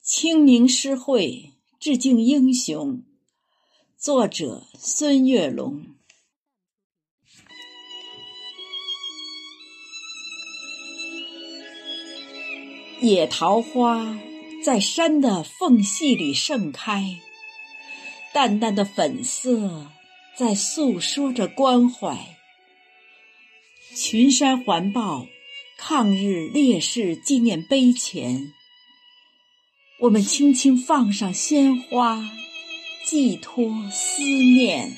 清明诗会致敬英雄，作者孙月龙。野桃花在山的缝隙里盛开，淡淡的粉色在诉说着关怀。群山环抱抗日烈士纪念碑前，我们轻轻放上鲜花，寄托思念。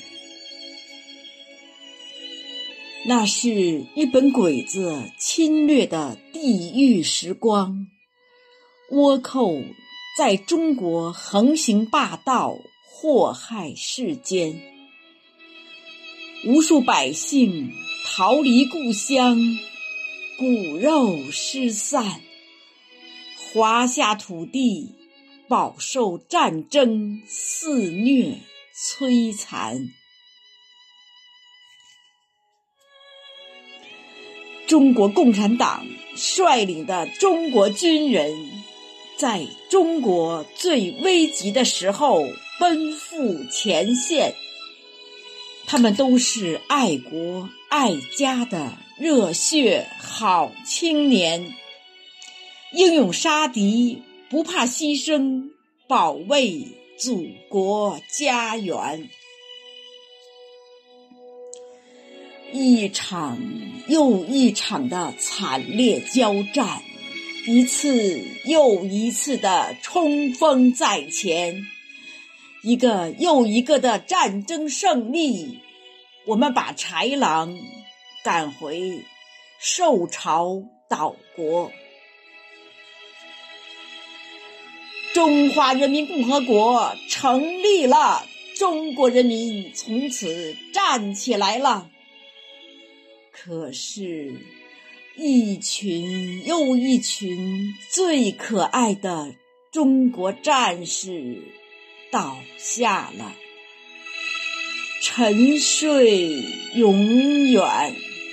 那是日本鬼子侵略的地狱时光，倭寇在中国横行霸道，祸害世间。无数百姓逃离故乡，骨肉失散，华夏土地饱受战争肆虐摧残。中国共产党率领的中国军人，在中国最危急的时候奔赴前线，他们都是爱国爱家的热血好青年，英勇杀敌，不怕牺牲，保卫祖国家园。一场又一场的惨烈交战，一次又一次的冲锋在前，一个又一个的战争胜利，我们把豺狼赶回受朝岛国。中华人民共和国成立了，中国人民从此站起来了。可是一群又一群最可爱的中国战士倒下了，沉睡永远。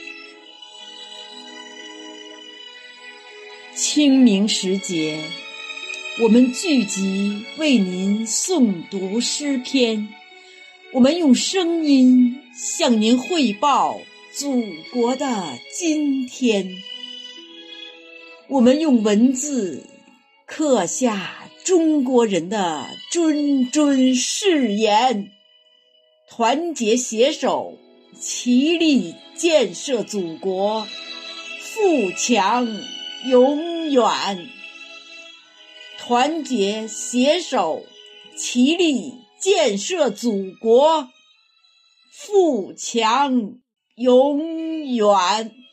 清明时节，我们聚集为您诵读诗篇，我们用声音向您汇报祖国的今天，我们用文字刻下中国人的谆谆誓言，团结携手，齐力建设祖国，富强永远。团结携手，齐力建设祖国，富强永远。